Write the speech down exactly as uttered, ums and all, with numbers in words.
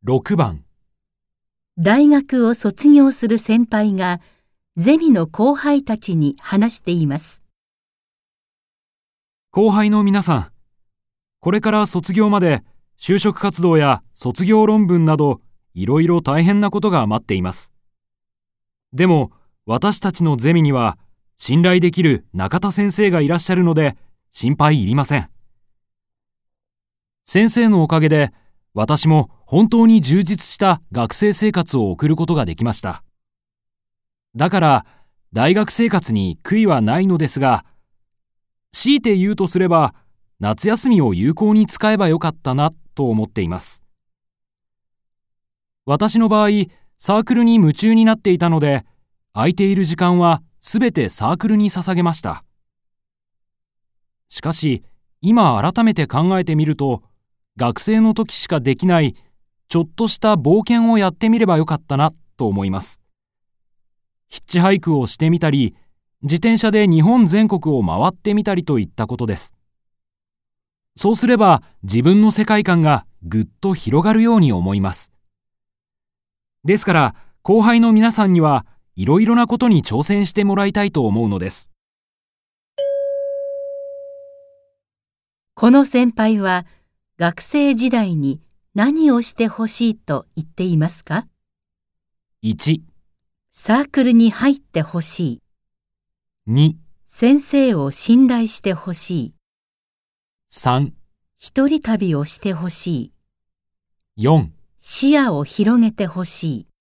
ろくばん、 大学を卒業する先輩がゼミの後輩たちに話しています。 後輩の皆さん、これから卒業まで就職活動や卒業論文などいろいろ大変なことが待っています。でも私たちのゼミには信頼できる中田先生がいらっしゃるので心配いりません。先生のおかげで私も本当に充実した学生生活を送ることができました。だから大学生活に悔いはないのですが、強いて言うとすれば夏休みを有効に使えばよかったなと思っています。私の場合、サークルに夢中になっていたので、空いている時間はすべてサークルに捧げました。しかし、今改めて考えてみると、学生の時しかできないちょっとした冒険をやってみればよかったなと思います。ヒッチハイクをしてみたり、自転車で日本全国を回ってみたりといったことです。そうすれば自分の世界観がぐっと広がるように思います。ですから後輩の皆さんにはいろいろなことに挑戦してもらいたいと思うのです。 この先輩は学生時代に何をしてほしいと言っていますか？ いち、 サークルに入ってほしい。 に、 先生を信頼してほしい。 さん、 一人旅をしてほしい。 よん、 視野を広げてほしい。